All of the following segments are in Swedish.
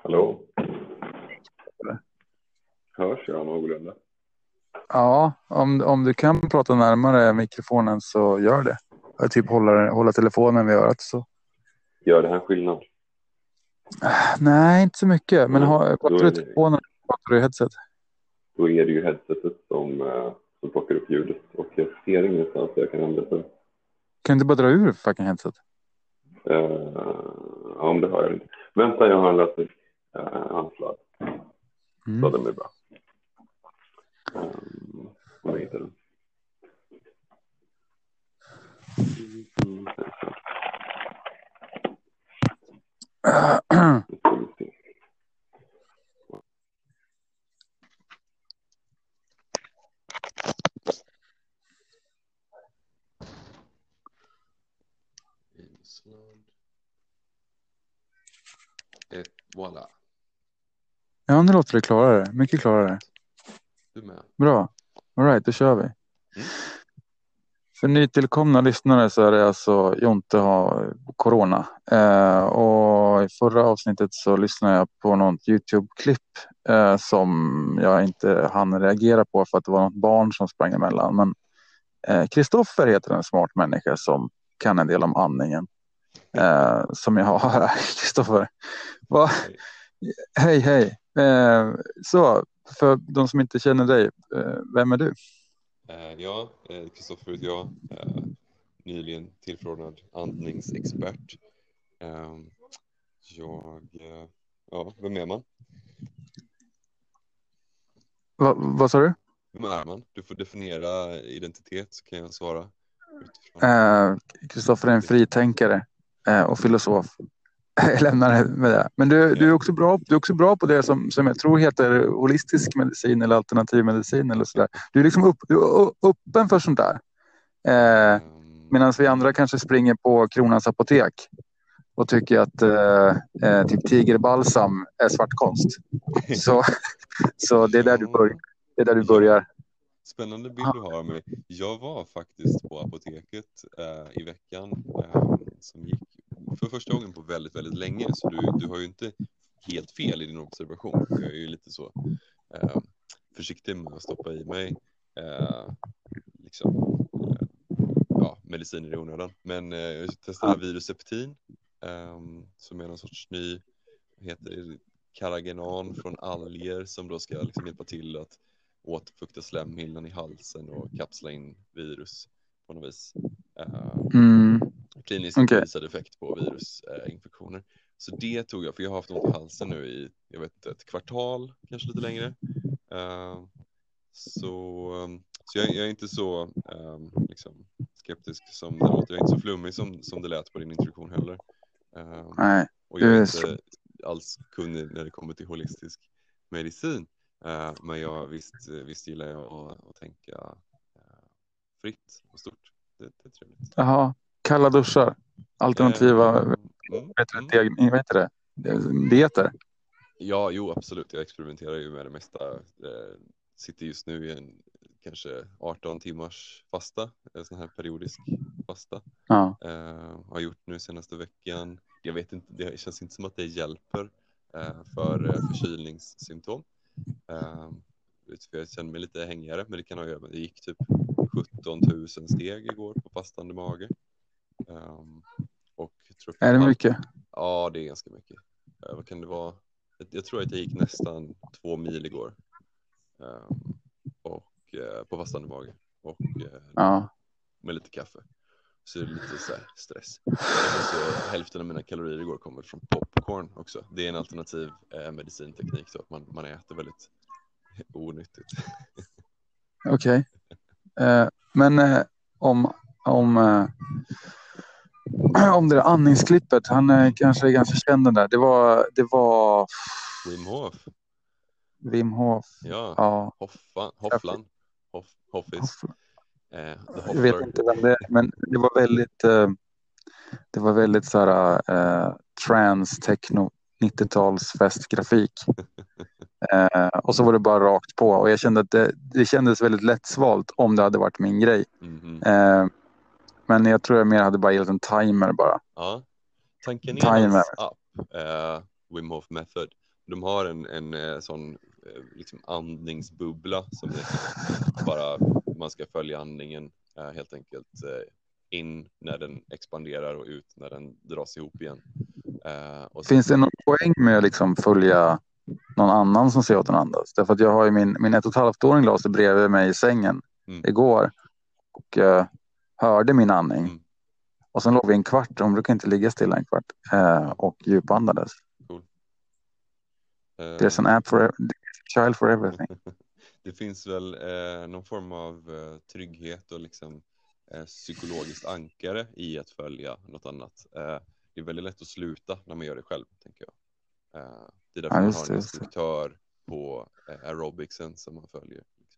Hallå? Hörs jag någorlunda? Ja, om du kan prata närmare mikrofonen så gör det. Jag typ hålla telefonen vid örat så. Gör det här skillnad? Nej, inte så mycket. Men pratar du telefonen eller pratar du headset? Då är det ju headsetet som plockar upp ljudet. Och jag ser ingenstans jag kan ändra på det. Kan du inte bara dra ur fucking headset? Ja, men det har jag inte. Vänta, jag har en lösning. Anslag. Så den är bra. Vad heter den? Voilà. Ja, nu låter det klarare. Mycket klarare. Du med. Bra. All right, då kör vi. För nytillkomna lyssnare så är det alltså Jonte har corona. Och i förra avsnittet så lyssnade jag på något YouTube-klipp som jag inte hann reagera på för att det var något barn som sprang emellan. Men Kristoffer heter en smart människa som kan en del om andningen. Som jag har här. Kristoffer. Hej. Så, för de som inte känner dig, vem är du? Ja, Kristoffer heter jag. Nyligen tillförordnad andningsexpert. Vem är man? Vad sa du? Vem är man? Du får definiera identitet så kan jag svara. Kristoffer är en fritänkare och filosof. Jag lämnar det med det. Men du är också bra på det som jag tror heter holistisk medicin eller alternativ medicin eller sådär. Du är liksom öppen för sånt där. Medan vi andra kanske springer på Kronans apotek och tycker att typ tigerbalsam är svartkonst. Så det är där du börjar. Det är där du börjar. Spännande bild du har med. Jag var faktiskt på apoteket i veckan som gick för första gången på väldigt, väldigt länge. Så du har ju inte helt fel i din observation. Jag är ju lite så försiktig med att stoppa i mig mediciner i onödan. Men jag testade viruseptin som är någon sorts ny karagenan från alger som då ska liksom hjälpa till att återfukta slemhinnan i halsen och kapsla in virus på något vis. Kliniskt bevisad effekt på virusinfektioner. Så det tog jag, för jag har haft ont i halsen nu i, jag vet inte, ett kvartal, kanske lite längre. Så jag är inte så liksom skeptisk som det låter. Jag är inte så flummig som det lät på din introduktion heller. Nej, och jag är inte alls kunnig när det kommer till holistisk medicin. Men jag visst gillar jag att tänka fritt och stort. Det är trevligt. Jaha, kalla duschar. Alternativa vad heter det? Dieter. Ja, jo absolut. Jag experimenterar ju med det mesta. Sitter just nu i en kanske 18 timmars fasta. En sån här periodisk fasta. Ja. Har gjort nu senaste veckan. Jag vet inte, det känns inte som att det hjälper för förkylningssymptom. För jag känner mig lite hängigare, men det kan ha att göra med. Det gick typ 17 000 steg igår på fastande mage. Och är det mycket? Ja, det är ganska mycket. Vad kan det vara? Jag tror att jag gick nästan 2 mil igår. Och på fastande mage. Och med lite kaffe. Så det är lite så här stress. Så hälften av mina kalorier igår kommer från popcorn också. Det är en alternativ medicinteknik så att man äter väldigt onyttigt. Okej. Men om det där andningsklippet, han kanske är ganska känd den där. Det var Wim Hof. Ja. Hofflan. Hoffis. Jag vet inte vem det är, men det var väldigt så här trans techno 90-tals festgrafik. Och så var det bara rakt på. Och jag kände att det kändes väldigt lättsvalt om det hade varit min grej. Men jag tror jag mer hade bara gillat en timer bara. Ja, tanken är hans app, Wim Hof Method. De har en sån liksom andningsbubbla som bara man ska följa andningen helt enkelt in när den expanderar och ut när den dras ihop igen. Och Finns det någon poäng med att liksom följa någon annan som ser åt en andas? Därför att jag har ju min 1,5-åring la sig bredvid mig i sängen igår och hörde min andning. Och sen låg vi en kvart, de brukar inte ligga stilla en kvart, och djupandades. Cool. There's an app for child for everything. Det finns väl någon form av trygghet och liksom psykologiskt ankare i att följa något annat. Det är väldigt lätt att sluta när man gör det själv, tänker jag. Det är därför man har en instruktör på aerobicsen som man följer. Liksom.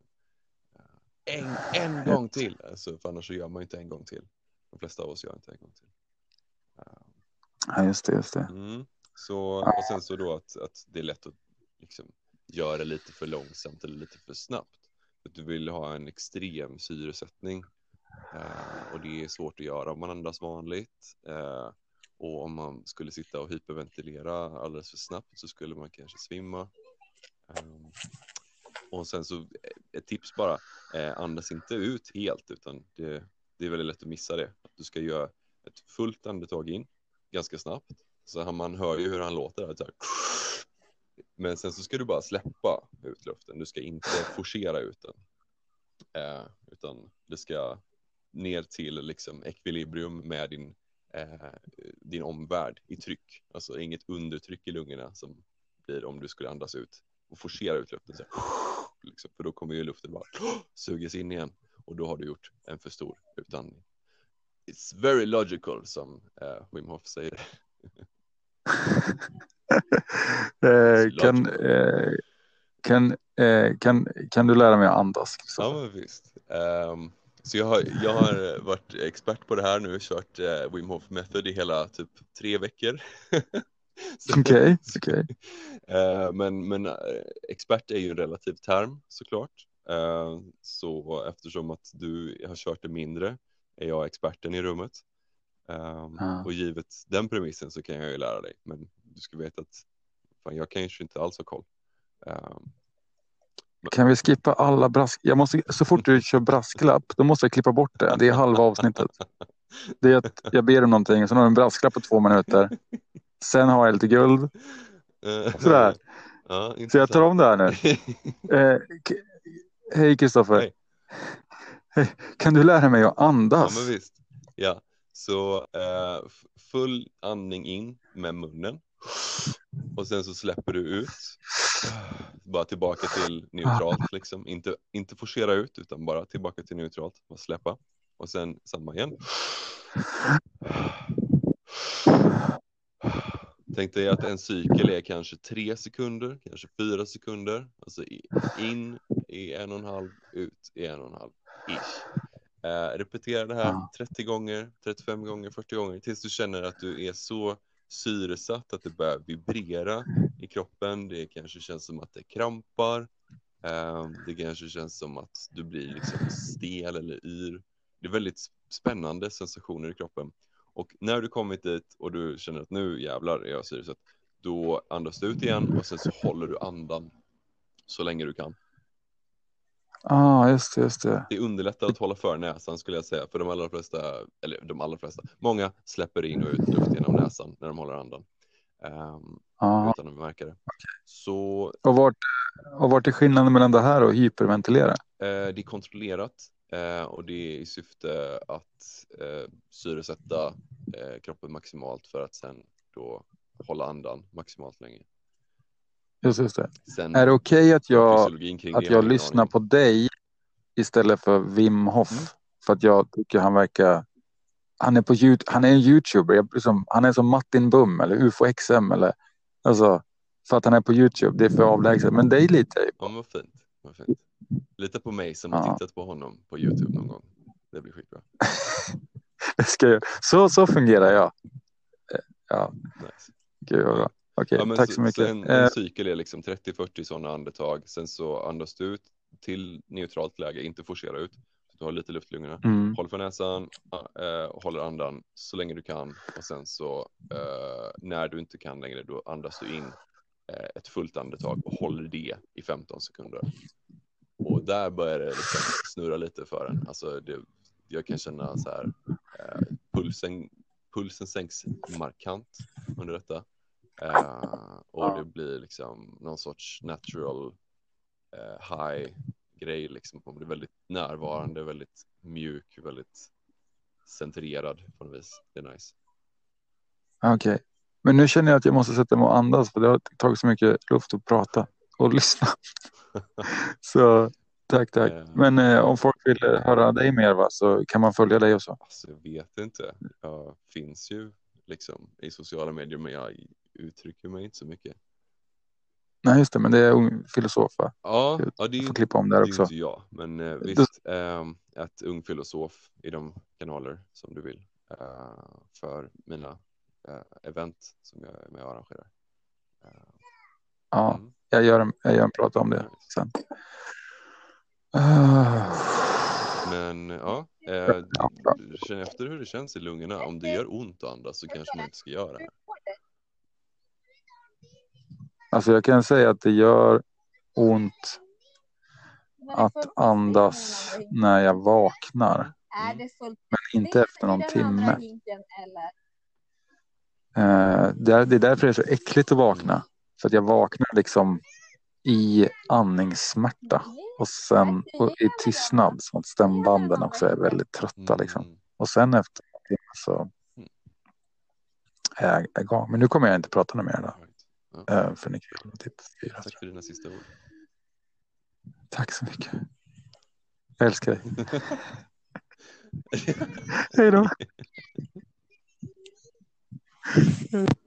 En gång till, alltså, för annars så gör man inte en gång till. De flesta av oss gör inte en gång till. Ja, just det. Så, och sen så då att det är lätt att liksom göra lite för långsamt eller lite för snabbt. Att du vill ha en extrem syresättning. Och det är svårt att göra om man andas vanligt. Och om man skulle sitta och hyperventilera alldeles för snabbt så skulle man kanske svimma. Och sen så ett tips bara, andas inte ut helt, utan det är väldigt lätt att missa det. Att du ska göra ett fullt andetag in ganska snabbt. Så man hör ju hur han låter där, så här. Men sen så ska du bara släppa ut luften. Du ska inte forcera ut den. Utan det ska ner till liksom ekvilibrium med din omvärld i tryck. Alltså inget undertryck i lungorna som blir om du skulle andas ut och forcera ut luften. Så här, liksom, för då kommer ju luften bara sugas in igen. Och då har du gjort en för stor utandning. It's very logical, som Wim Hof säger. Kan du lära mig att andas? Ja, men visst. Så jag har varit expert på det här nu. Kört Wim Hof Method i hela typ 3 veckor. Okej. Men expert är ju en relativ term, såklart. Så eftersom att du har kört det mindre är jag experten i rummet. Och givet den premissen så kan jag ju lära dig. Men du ska veta att jag kanske inte alls ha koll. Kan vi skippa alla så fort du kör brasklapp, då måste jag klippa bort det. Det är halva avsnittet. Det är att jag ber om någonting och sen har du en brasklapp på 2 minuter. Sen har jag lite guld. Sådär. Ja, så jag tar om det här nu. Hej Kristoffer. Hej. Kan du lära mig att andas? Ja, men visst. Ja. Så full andning in med munnen. Och sen så släpper du ut. Bara tillbaka till neutralt liksom. Inte forcera ut, utan bara tillbaka till neutralt. Bara släppa. Och sen samma igen. Tänk dig att en cykel är kanske 3 sekunder, kanske 4 sekunder. Alltså in i 1,5, ut i 1,5 ish. Repetera det här 30 gånger, 35 gånger, 40 gånger tills du känner att du är så syresatt att det börjar vibrera i kroppen. Det kanske känns som att det krampar. Det kanske känns som att du blir liksom stel eller yr. Det är väldigt spännande sensationer i kroppen. Och när du kommit dit och du känner att nu jävlar är jag syresatt, då andas du ut igen och sen så håller du andan så länge du kan. Just det. Det underlättar att hålla för näsan, skulle jag säga. För de allra flesta, många släpper in och ut luft genom näsan när de håller andan. Utan att märka det. Så, och vart är skillnaden mellan det här och hyperventilera? det är kontrollerat. Och det är i syfte att syresätta kroppen maximalt för att sen då hålla andan maximalt länge. Just det. Sen, är det okej att jag lyssnar på dig istället för Wim Hof? För att jag tycker han är en YouTuber. Han är som Martin Bum eller UFO XM eller alltså, för att han är på YouTube. Det är för avlägset. Men dig litar jag på. Ja, vad fint. Lita på mig som har tittat på honom på YouTube någon gång. Det blir skitbra. Så fungerar jag. Ja. Nice. Gud vad bra. Okej, ja, tack så mycket. En cykel är liksom 30-40 sådana andetag. Sen så andas du ut till neutralt läge, inte forcera ut. Så du har lite luft i lungorna. Håll för näsan, håller andan så länge du kan. Och sen så när du inte kan längre, då andas du in ett fullt andetag och håller det i 15 sekunder. Och där börjar det liksom snurra lite för en. Alltså jag kan känna så här, pulsen sänks markant under detta. Och det blir liksom någon sorts natural high grej liksom. Man blir väldigt närvarande, väldigt mjuk, väldigt centrerad på något vis. Det är nice. Okej. Men nu känner jag att jag måste sätta mig och andas, för det har tagit så mycket luft att prata och lyssna. Så tack. Men om folk vill höra dig mer, va, så kan man följa dig och så? Alltså, jag vet inte. Jag finns ju liksom i sociala medier, men jag uttrycker mig inte så mycket. Nej, just det, men det är Ung Filosof, va? Ja, det får klippa om där också. Det är inte jag, men visst, ett Ung Filosof i de kanaler som du vill för mina event som jag är med och arrangerar. Ja, jag gör en prata om det sen. Men ja, känn efter hur det känns i lungorna. Om det gör ont att andas så kanske man inte ska göra det. Alltså jag kan säga att det gör ont att andas när jag vaknar. Men inte efter någon timme. Det är därför det är så äckligt att vakna. För att jag vaknar liksom i andningssmärta. Och sen i tystnad. Så att stämbanden också är väldigt trötta liksom. Och sen efter en timme så är jag igång. Men nu kommer jag inte prata mer då. För ni kan Tack för dina sista ord. Tack så mycket. Jag älskar dig. Hej då.